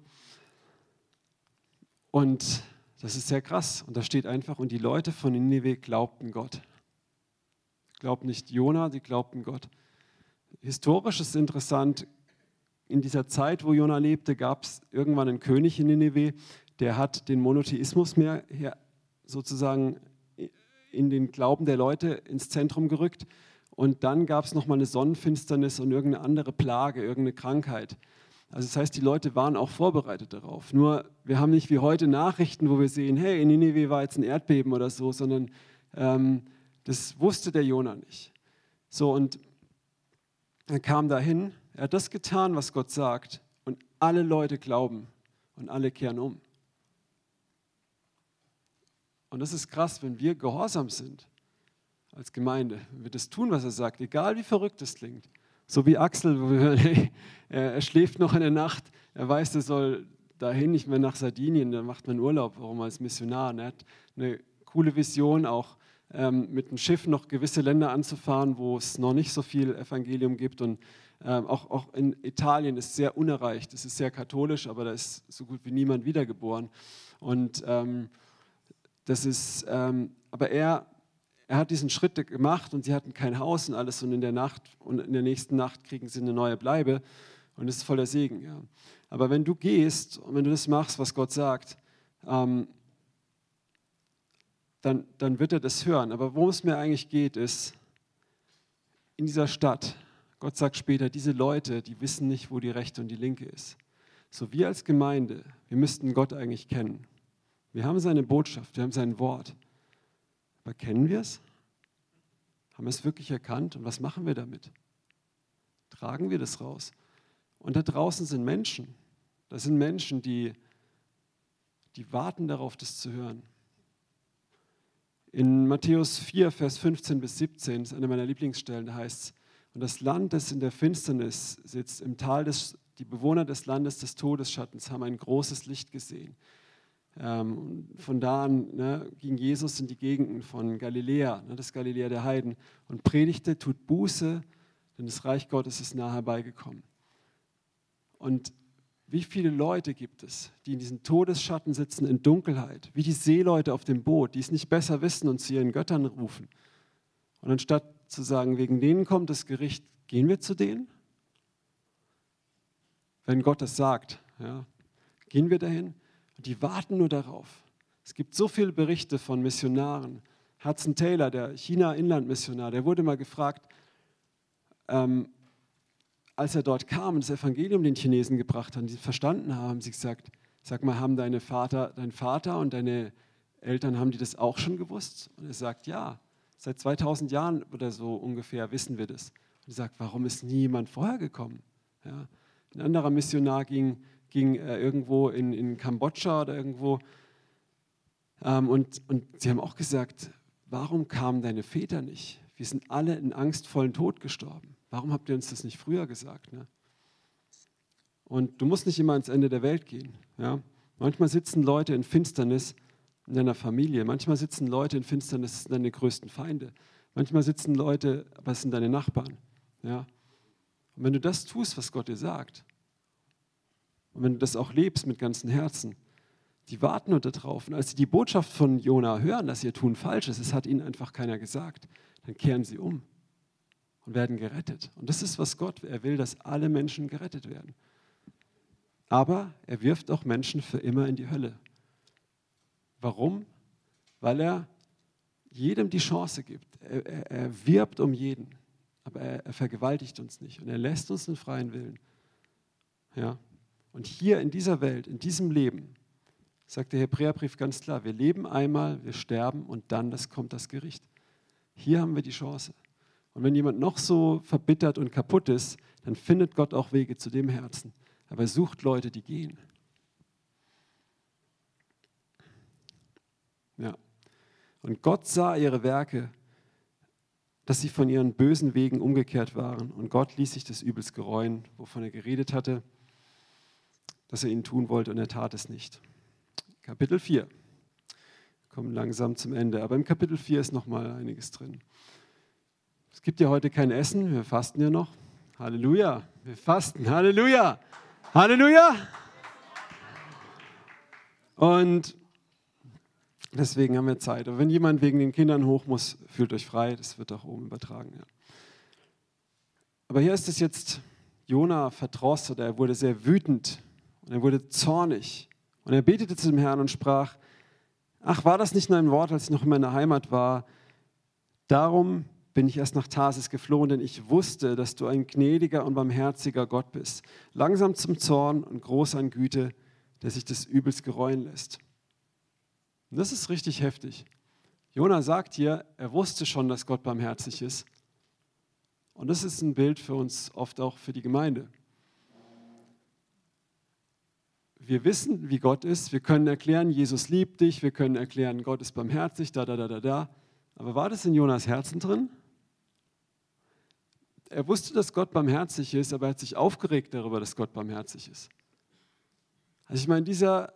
Und das ist sehr krass. Und da steht einfach, und die Leute von Ninive glaubten Gott. Glaubt nicht Jona, die glaubten Gott. Historisch ist es interessant, in dieser Zeit, wo Jona lebte, gab es irgendwann einen König in Ninive, der hat den Monotheismus mehr sozusagen in den Glauben der Leute ins Zentrum gerückt. Und dann gab es nochmal eine Sonnenfinsternis und irgendeine andere Plage, irgendeine Krankheit. Also das heißt, die Leute waren auch vorbereitet darauf. Nur wir haben nicht wie heute Nachrichten, wo wir sehen, hey, in Ninive war jetzt ein Erdbeben oder so, sondern das wusste der Jona nicht. So, und er kam dahin, er hat das getan, was Gott sagt, und alle Leute glauben und alle kehren um. Und das ist krass, wenn wir gehorsam sind als Gemeinde, wenn wir das tun, was er sagt, egal wie verrückt es klingt. So wie Axel, wo wir hören, hey, er schläft noch in der Nacht, er weiß, er soll dahin, nicht mehr nach Sardinien, da macht man Urlaub, warum als Missionar. Er hat eine coole Vision, auch mit dem Schiff noch gewisse Länder anzufahren, wo es noch nicht so viel Evangelium gibt. Und auch in Italien ist sehr unerreicht, es ist sehr katholisch, aber da ist so gut wie niemand wiedergeboren. Und aber er hat diesen Schritt gemacht und sie hatten kein Haus und alles und in der nächsten Nacht kriegen sie eine neue Bleibe und das ist voller Segen. Ja. Aber wenn du gehst und wenn du das machst, was Gott sagt, dann wird er das hören. Aber worum es mir eigentlich geht, ist in dieser Stadt, Gott sagt später, diese Leute, die wissen nicht, wo die rechte und die linke ist. So wir als Gemeinde, wir müssten Gott eigentlich kennen. Wir haben seine Botschaft, wir haben sein Wort. Aber kennen wir es? Haben wir es wirklich erkannt? Und was machen wir damit? Tragen wir das raus? Und da draußen sind Menschen. Das sind Menschen, die warten darauf, das zu hören. In Matthäus 4, Vers 15 bis 17, das ist eine meiner Lieblingsstellen, da heißt es, und das Land, das in der Finsternis sitzt, im Tal die Bewohner des Landes des Todesschattens haben ein großes Licht gesehen. Von da an ging Jesus in die Gegenden von Galiläa, das Galiläa der Heiden, und predigte, tut Buße, denn das Reich Gottes ist nahe herbeigekommen. Und wie viele Leute gibt es, die in diesen Todesschatten sitzen, in Dunkelheit, wie die Seeleute auf dem Boot, die es nicht besser wissen und zu ihren Göttern rufen. Und anstatt zu sagen, wegen denen kommt das Gericht, gehen wir zu denen? Wenn Gott das sagt, ja, gehen wir dahin? Und die warten nur darauf, Es gibt so viele Berichte von Missionaren. Hudson Taylor, der China-Inlandmissionar, der wurde mal gefragt, als er dort kam und das Evangelium den Chinesen gebracht hat, die verstanden haben, haben sie gesagt, sag mal, haben dein Vater und deine Eltern, haben die das auch schon gewusst? Und er sagt, ja, seit 2000 Jahren oder so ungefähr wissen wir das. Und er sagt, warum ist niemand vorher gekommen? Ja. Ein anderer Missionar ging irgendwo in Kambodscha oder irgendwo und sie haben auch gesagt, warum kamen deine Väter nicht? Wir sind alle in angstvollen Tod gestorben. Warum habt ihr uns das nicht früher gesagt? Ne? Und du musst nicht immer ans Ende der Welt gehen. Ja? Manchmal sitzen Leute in Finsternis in deiner Familie. Manchmal sitzen Leute in Finsternis, das sind deine größten Feinde. Manchmal sitzen Leute, aber es sind deine Nachbarn. Ja? Und wenn du das tust, was Gott dir sagt, und wenn du das auch lebst mit ganzem Herzen, die warten nur darauf. Und als sie die Botschaft von Jona hören, dass ihr Tun falsch ist, es hat ihnen einfach keiner gesagt, dann kehren sie um und werden gerettet. Und das ist, was Gott will. Er will, dass alle Menschen gerettet werden. Aber er wirft auch Menschen für immer in die Hölle. Warum? Weil er jedem die Chance gibt. Er wirbt um jeden, aber er vergewaltigt uns nicht und er lässt uns den freien Willen. Ja? Und hier in dieser Welt, in diesem Leben, sagt der Hebräerbrief ganz klar, wir leben einmal, wir sterben und dann kommt das Gericht. Hier haben wir die Chance. Und wenn jemand noch so verbittert und kaputt ist, dann findet Gott auch Wege zu dem Herzen. Aber er sucht Leute, die gehen. Ja. Und Gott sah ihre Werke, dass sie von ihren bösen Wegen umgekehrt waren. Und Gott ließ sich das übelst gereuen, wovon er geredet hatte, dass er ihnen tun wollte, und er tat es nicht. Kapitel 4. Wir kommen langsam zum Ende, aber im Kapitel 4 ist noch mal einiges drin. Es gibt ja heute kein Essen, wir fasten ja noch. Halleluja, wir fasten, Halleluja, Halleluja. Und deswegen haben wir Zeit. Aber wenn jemand wegen den Kindern hoch muss, fühlt euch frei, das wird auch oben übertragen. Ja. Aber hier ist es jetzt, Jona verdross, oder er wurde sehr wütend und er wurde zornig. Und er betete zu dem Herrn und sprach, ach, war das nicht nur ein Wort, als ich noch in meiner Heimat war? Darum bin ich erst nach Tarsis geflohen, denn ich wusste, dass du ein gnädiger und barmherziger Gott bist, langsam zum Zorn und groß an Güte, der sich des Übels gereuen lässt. Und das ist richtig heftig. Jona sagt hier, er wusste schon, dass Gott barmherzig ist. Und das ist ein Bild für uns, oft auch für die Gemeinde. Wir wissen, wie Gott ist. Wir können erklären, Jesus liebt dich. Wir können erklären, Gott ist barmherzig, da. Aber war das in Jonas Herzen drin? Er wusste, dass Gott barmherzig ist, aber er hat sich aufgeregt darüber, dass Gott barmherzig ist. Also ich meine, dieser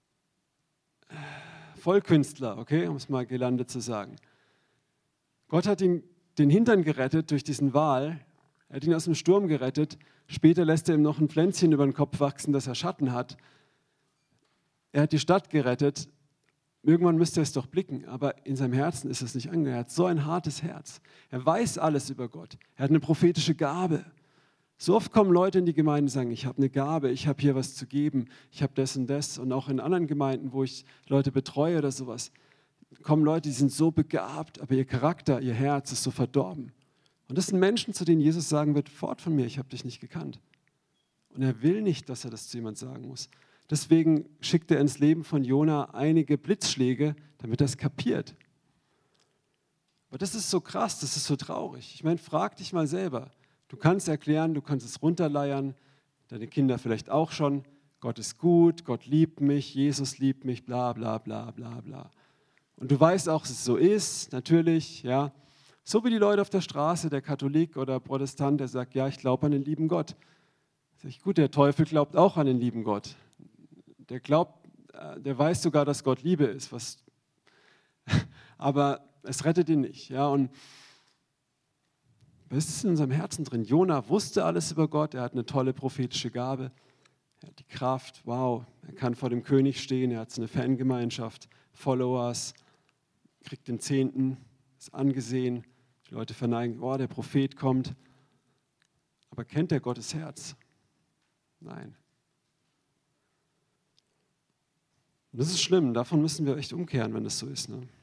Vollkünstler, okay, um es mal gelandet zu sagen, Gott hat ihn den Hintern gerettet durch diesen Wal, er hat ihn aus dem Sturm gerettet, später lässt er ihm noch ein Pflänzchen über den Kopf wachsen, dass er Schatten hat. Er hat die Stadt gerettet, irgendwann müsste er es doch blicken, aber in seinem Herzen ist es nicht angegangen. Er hat so ein hartes Herz. Er weiß alles über Gott. Er hat eine prophetische Gabe. So oft kommen Leute in die Gemeinde und sagen, ich habe eine Gabe, ich habe hier was zu geben, ich habe das und das. Und auch in anderen Gemeinden, wo ich Leute betreue oder sowas, kommen Leute, die sind so begabt, aber ihr Charakter, ihr Herz ist so verdorben. Und das sind Menschen, zu denen Jesus sagen wird, fort von mir, ich habe dich nicht gekannt. Und er will nicht, dass er das zu jemand sagen muss. Deswegen schickt er ins Leben von Jona einige Blitzschläge, damit er es kapiert. Aber das ist so krass, das ist so traurig. Ich meine, frag dich mal selber. Du kannst erklären, du kannst es runterleiern, deine Kinder vielleicht auch schon. Gott ist gut, Gott liebt mich, Jesus liebt mich, bla bla bla bla bla. Und du weißt auch, dass es so ist, natürlich, ja. So wie die Leute auf der Straße, der Katholik oder Protestant, der sagt, ja, ich glaube an den lieben Gott. Sag ich, gut, der Teufel glaubt auch an den lieben Gott. Der glaubt, der weiß sogar, dass Gott Liebe ist, aber es rettet ihn nicht. Ja? Und was ist in unserem Herzen drin? Jona wusste alles über Gott, er hat eine tolle prophetische Gabe, er hat die Kraft, wow, er kann vor dem König stehen, er hat eine Fangemeinschaft, Followers, kriegt den Zehnten, ist angesehen, die Leute verneigen, oh, der Prophet kommt. Aber kennt er Gottes Herz? Nein. Und das ist schlimm, davon müssen wir echt umkehren, wenn das so ist. Ne?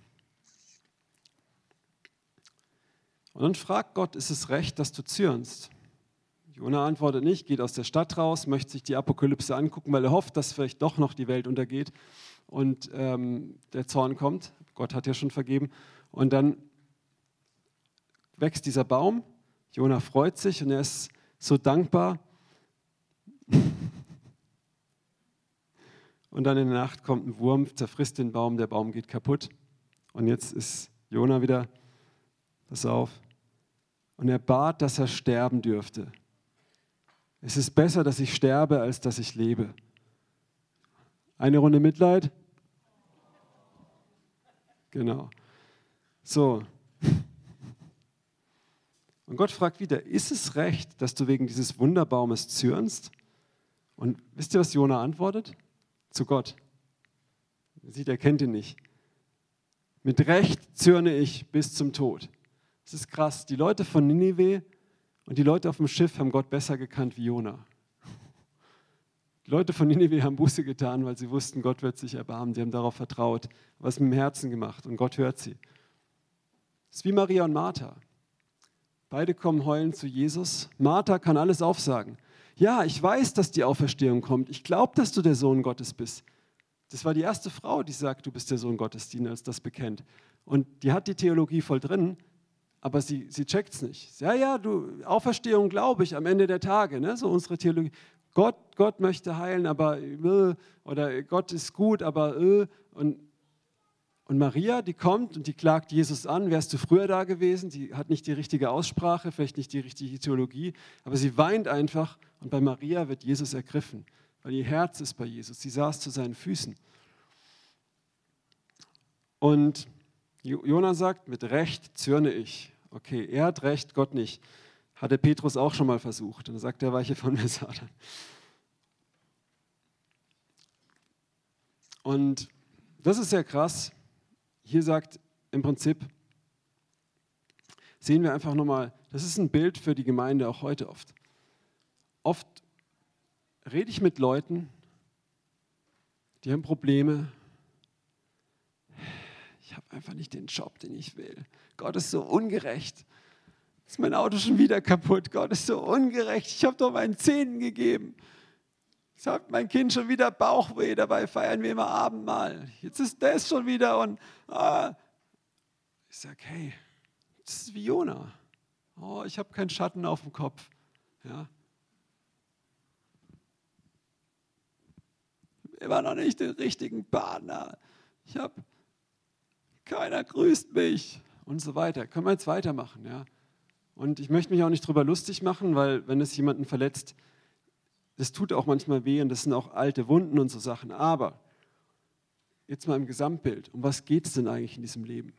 Und dann fragt Gott, ist es recht, dass du zürnst? Jona antwortet nicht, geht aus der Stadt raus, möchte sich die Apokalypse angucken, weil er hofft, dass vielleicht doch noch die Welt untergeht und der Zorn kommt. Gott hat ja schon vergeben. Und dann wächst dieser Baum. Jona freut sich und er ist so dankbar. Und dann in der Nacht kommt ein Wurm, zerfrisst den Baum, der Baum geht kaputt. Und jetzt ist Jona wieder, pass auf, und er bat, dass er sterben dürfte. Es ist besser, dass ich sterbe, als dass ich lebe. Eine Runde Mitleid? Genau. So. Und Gott fragt wieder, ist es recht, dass du wegen dieses Wunderbaumes zürnst? Und wisst ihr, was Jona antwortet? Zu Gott. Er sieht, er kennt ihn nicht. Mit Recht zürne ich bis zum Tod. Das ist krass. Die Leute von Ninive und die Leute auf dem Schiff haben Gott besser gekannt wie Jona. Die Leute von Ninive haben Buße getan, weil sie wussten, Gott wird sich erbarmen. Die haben darauf vertraut, was mit dem Herzen gemacht und Gott hört sie. Das ist wie Maria und Martha. Beide kommen heulend zu Jesus. Martha kann alles aufsagen. Ja, ich weiß, dass die Auferstehung kommt. Ich glaube, dass du der Sohn Gottes bist. Das war die erste Frau, die sagt, du bist der Sohn Gottes, die als das bekennt. Und die hat die Theologie voll drin, aber sie checkt es nicht. Ja, du, Auferstehung glaube ich am Ende der Tage, ne? So unsere Theologie. Gott möchte heilen, aber oder Gott ist gut, aber und Maria, die kommt und die klagt Jesus an, wärst du früher da gewesen? Sie hat nicht die richtige Aussprache, vielleicht nicht die richtige Theologie, aber sie weint einfach und bei Maria wird Jesus ergriffen, weil ihr Herz ist bei Jesus. Sie saß zu seinen Füßen. Und Jona sagt, mit Recht zürne ich. Okay, er hat Recht, Gott nicht. Hatte Petrus auch schon mal versucht. Und dann sagt er, weiche von mir, Satan. Und das ist sehr krass. Hier sagt im Prinzip, sehen wir einfach nochmal, das ist ein Bild für die Gemeinde auch heute oft. Oft rede ich mit Leuten, die haben Probleme. Ich habe einfach nicht den Job, den ich will. Gott ist so ungerecht. Ist mein Auto schon wieder kaputt. Gott ist so ungerecht. Ich habe doch meinen Zehnten gegeben. Jetzt hat mein Kind schon wieder Bauchweh. Dabei feiern wir immer Abendmahl. Jetzt ist das schon wieder und ich sage, hey, das ist wie Jona. Oh, ich habe keinen Schatten auf dem Kopf. Ja. Immer noch nicht den richtigen Partner. Keiner grüßt mich und so weiter. Können wir jetzt weitermachen, ja? Und ich möchte mich auch nicht drüber lustig machen, weil wenn es jemanden verletzt, das tut auch manchmal weh und das sind auch alte Wunden und so Sachen. Aber jetzt mal im Gesamtbild, um was geht es denn eigentlich in diesem Leben?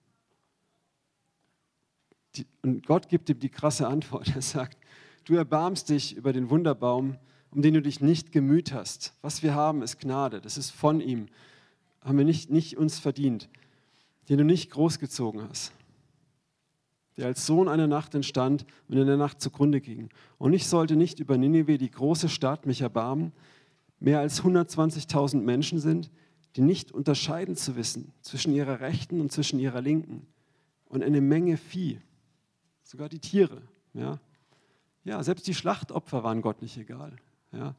Und Gott gibt ihm die krasse Antwort. Er sagt, du erbarmst dich über den Wunderbaum, um den du dich nicht gemüht hast. Was wir haben, ist Gnade. Das ist von ihm. Haben wir nicht uns verdient. Den du nicht großgezogen hast. Der als Sohn einer Nacht entstand und in der Nacht zugrunde ging. Und ich sollte nicht über Ninive, die große Stadt, mich erbarmen. Mehr als 120.000 Menschen sind, die nicht unterscheiden zu wissen zwischen ihrer rechten und zwischen ihrer linken. Und eine Menge Vieh. Sogar die Tiere. Ja, selbst die Schlachtopfer waren Gott nicht egal. Ja.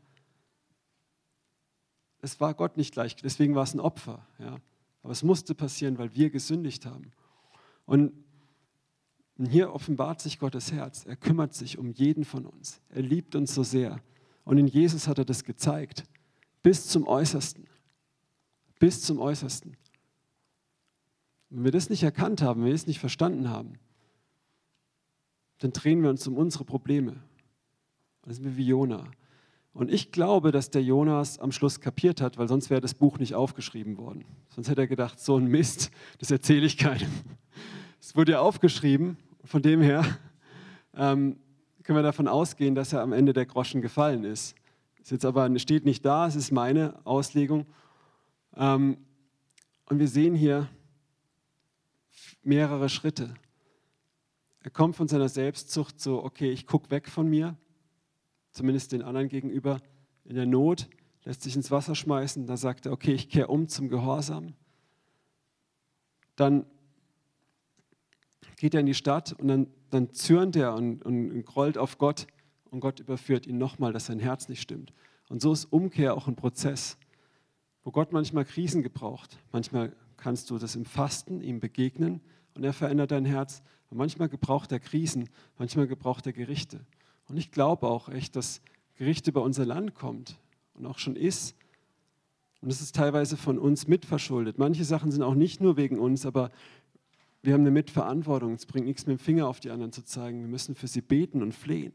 Es war Gott nicht gleich, deswegen war es ein Opfer. Ja. Aber es musste passieren, weil wir gesündigt haben. Und hier offenbart sich Gottes Herz. Er kümmert sich um jeden von uns. Er liebt uns so sehr. Und in Jesus hat er das gezeigt. Bis zum Äußersten. Bis zum Äußersten. Wenn wir das nicht erkannt haben, wenn wir es nicht verstanden haben, dann drehen wir uns um unsere Probleme. Das sind wir wie Jona. Und ich glaube, dass der Jonas am Schluss kapiert hat, weil sonst wäre das Buch nicht aufgeschrieben worden. Sonst hätte er gedacht, so ein Mist, das erzähle ich keinem. Es wurde ja aufgeschrieben, von dem her können wir davon ausgehen, dass er am Ende der Groschen gefallen ist. Ist jetzt aber, steht nicht da, es ist meine Auslegung. Und wir sehen hier mehrere Schritte. Er kommt von seiner Selbstsucht so, okay, ich gucke weg von mir, zumindest den anderen gegenüber, in der Not lässt sich ins Wasser schmeißen, dann sagt er, okay, ich kehre um zum Gehorsam. Dann geht er in die Stadt und dann zürnt er und grollt auf Gott und Gott überführt ihn nochmal, dass sein Herz nicht stimmt. Und so ist Umkehr auch ein Prozess, wo Gott manchmal Krisen gebraucht. Manchmal kannst du das im Fasten ihm begegnen und er verändert dein Herz. Und manchmal gebraucht er Krisen, manchmal gebraucht er Gerichte. Und ich glaube auch echt, dass Gericht über unser Land kommt und auch schon ist. Und es ist teilweise von uns mitverschuldet. Manche Sachen sind auch nicht nur wegen uns, aber wir haben eine Mitverantwortung. Es bringt nichts, mit dem Finger auf die anderen zu zeigen. Wir müssen für sie beten und flehen.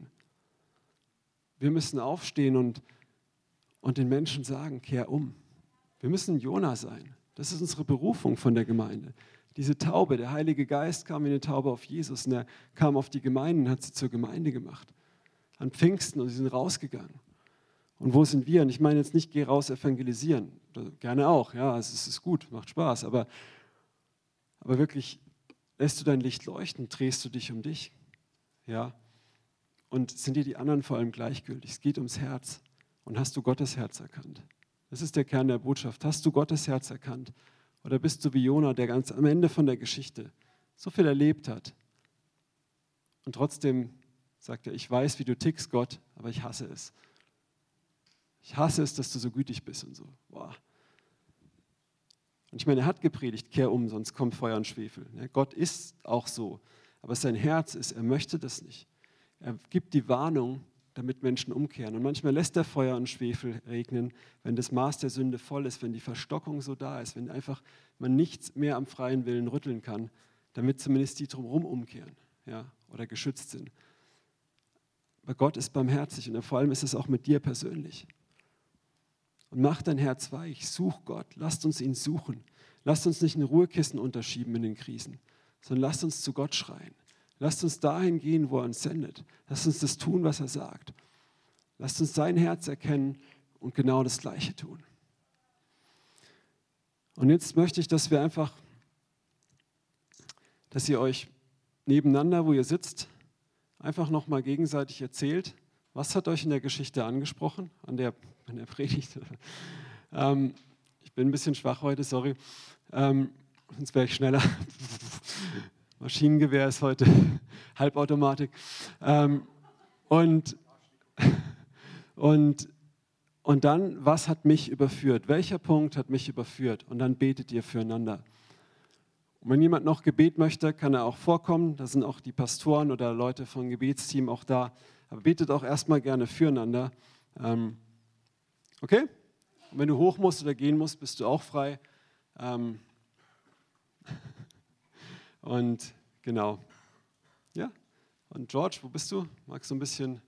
Wir müssen aufstehen und den Menschen sagen, kehr um. Wir müssen Jona sein. Das ist unsere Berufung von der Gemeinde. Diese Taube, der Heilige Geist kam wie eine Taube auf Jesus und er kam auf die Gemeinde und hat sie zur Gemeinde gemacht. An Pfingsten und sie sind rausgegangen. Und wo sind wir? Und ich meine jetzt nicht, geh raus evangelisieren. Gerne auch, ja, es ist gut, macht Spaß. Aber wirklich, lässt du dein Licht leuchten, drehst du dich um dich. Ja? Und sind dir die anderen vor allem gleichgültig? Es geht ums Herz. Und hast du Gottes Herz erkannt? Das ist der Kern der Botschaft. Hast du Gottes Herz erkannt? Oder bist du wie Jona, der ganz am Ende von der Geschichte so viel erlebt hat? Und trotzdem sagt er, ich weiß, wie du tickst, Gott, aber ich hasse es. Ich hasse es, dass du so gütig bist und so. Boah. Und ich meine, er hat gepredigt, kehr um, sonst kommt Feuer und Schwefel. Gott ist auch so, aber sein Herz ist, er möchte das nicht. Er gibt die Warnung, damit Menschen umkehren. Und manchmal lässt er Feuer und Schwefel regnen, wenn das Maß der Sünde voll ist, wenn die Verstockung so da ist, wenn einfach man nichts mehr am freien Willen rütteln kann, damit zumindest die drumherum umkehren, ja, oder geschützt sind. Aber Gott ist barmherzig und vor allem ist es auch mit dir persönlich. Und mach dein Herz weich, such Gott, lasst uns ihn suchen. Lasst uns nicht ein Ruhekissen unterschieben in den Krisen, sondern lasst uns zu Gott schreien. Lasst uns dahin gehen, wo er uns sendet. Lasst uns das tun, was er sagt. Lasst uns sein Herz erkennen und genau das Gleiche tun. Und jetzt möchte ich, dass ihr euch nebeneinander, wo ihr sitzt, einfach nochmal gegenseitig erzählt, was hat euch in der Geschichte angesprochen, an der Predigt. Ich bin ein bisschen schwach heute, sorry. Sonst wäre ich schneller. Maschinengewehr ist heute Halbautomatik. Und dann, was hat mich überführt? Welcher Punkt hat mich überführt? Und dann betet ihr füreinander. Und wenn jemand noch Gebet möchte, kann er auch vorkommen. Da sind auch die Pastoren oder Leute vom Gebetsteam auch da. Aber betet auch erstmal gerne füreinander. Okay? Und wenn du hoch musst oder gehen musst, bist du auch frei. Und genau. Ja. Und George, wo bist du? Magst du ein bisschen